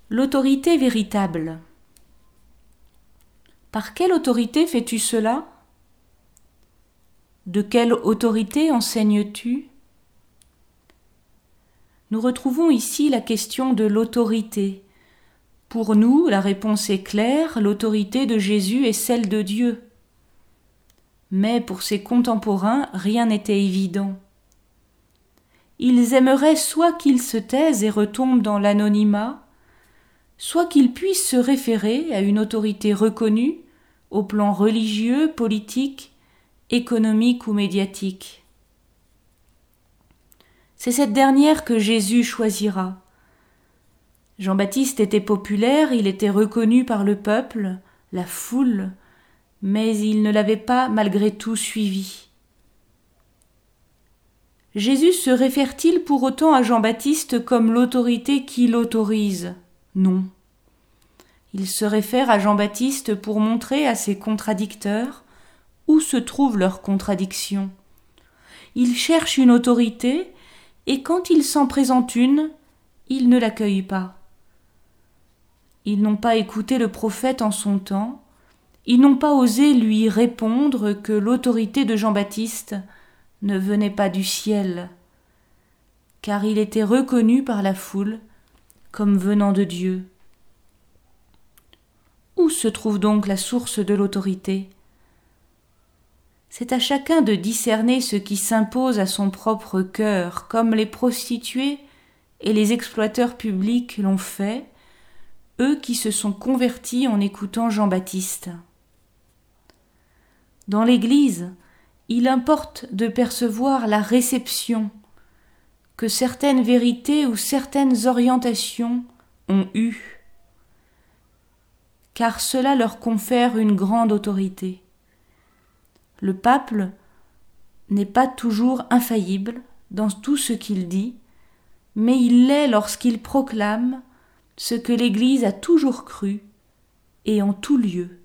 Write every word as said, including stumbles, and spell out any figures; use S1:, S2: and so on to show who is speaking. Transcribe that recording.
S1: L'autorité véritable. Par quelle autorité fais-tu cela ? De quelle autorité enseignes-tu ? Nous retrouvons ici la question de l'autorité. Pour nous, la réponse est claire, l'autorité de Jésus est celle de Dieu. Mais pour ses contemporains, rien n'était évident. Ils aimeraient soit qu'il se taise et retombe dans l'anonymat, soit qu'il puisse se référer à une autorité reconnue au plan religieux, politique, économique ou médiatique. C'est cette dernière que Jésus choisira. Jean-Baptiste était populaire, il était reconnu par le peuple, la foule, mais il ne l'avait pas malgré tout suivi. Jésus se réfère-t-il pour autant à Jean-Baptiste comme l'autorité qui l'autorise ? Non. Il se réfère à Jean-Baptiste pour montrer à ses contradicteurs où se trouve leur contradiction. Il cherche une autorité et quand il s'en présente une, il ne l'accueille pas. Ils n'ont pas écouté le prophète en son temps, ils n'ont pas osé lui répondre que l'autorité de Jean-Baptiste ne venait pas du ciel, car il était reconnu par la foule comme venant de Dieu. Où se trouve donc la source de l'autorité ? C'est à chacun de discerner ce qui s'impose à son propre cœur, comme les prostituées et les exploiteurs publics l'ont fait, eux qui se sont convertis en écoutant Jean-Baptiste. Dans l'Église, il importe de percevoir la réception que certaines vérités ou certaines orientations ont eue, car cela leur confère une grande autorité. Le pape n'est pas toujours infaillible dans tout ce qu'il dit, mais il l'est lorsqu'il proclame ce que l'Église a toujours cru et en tout lieu.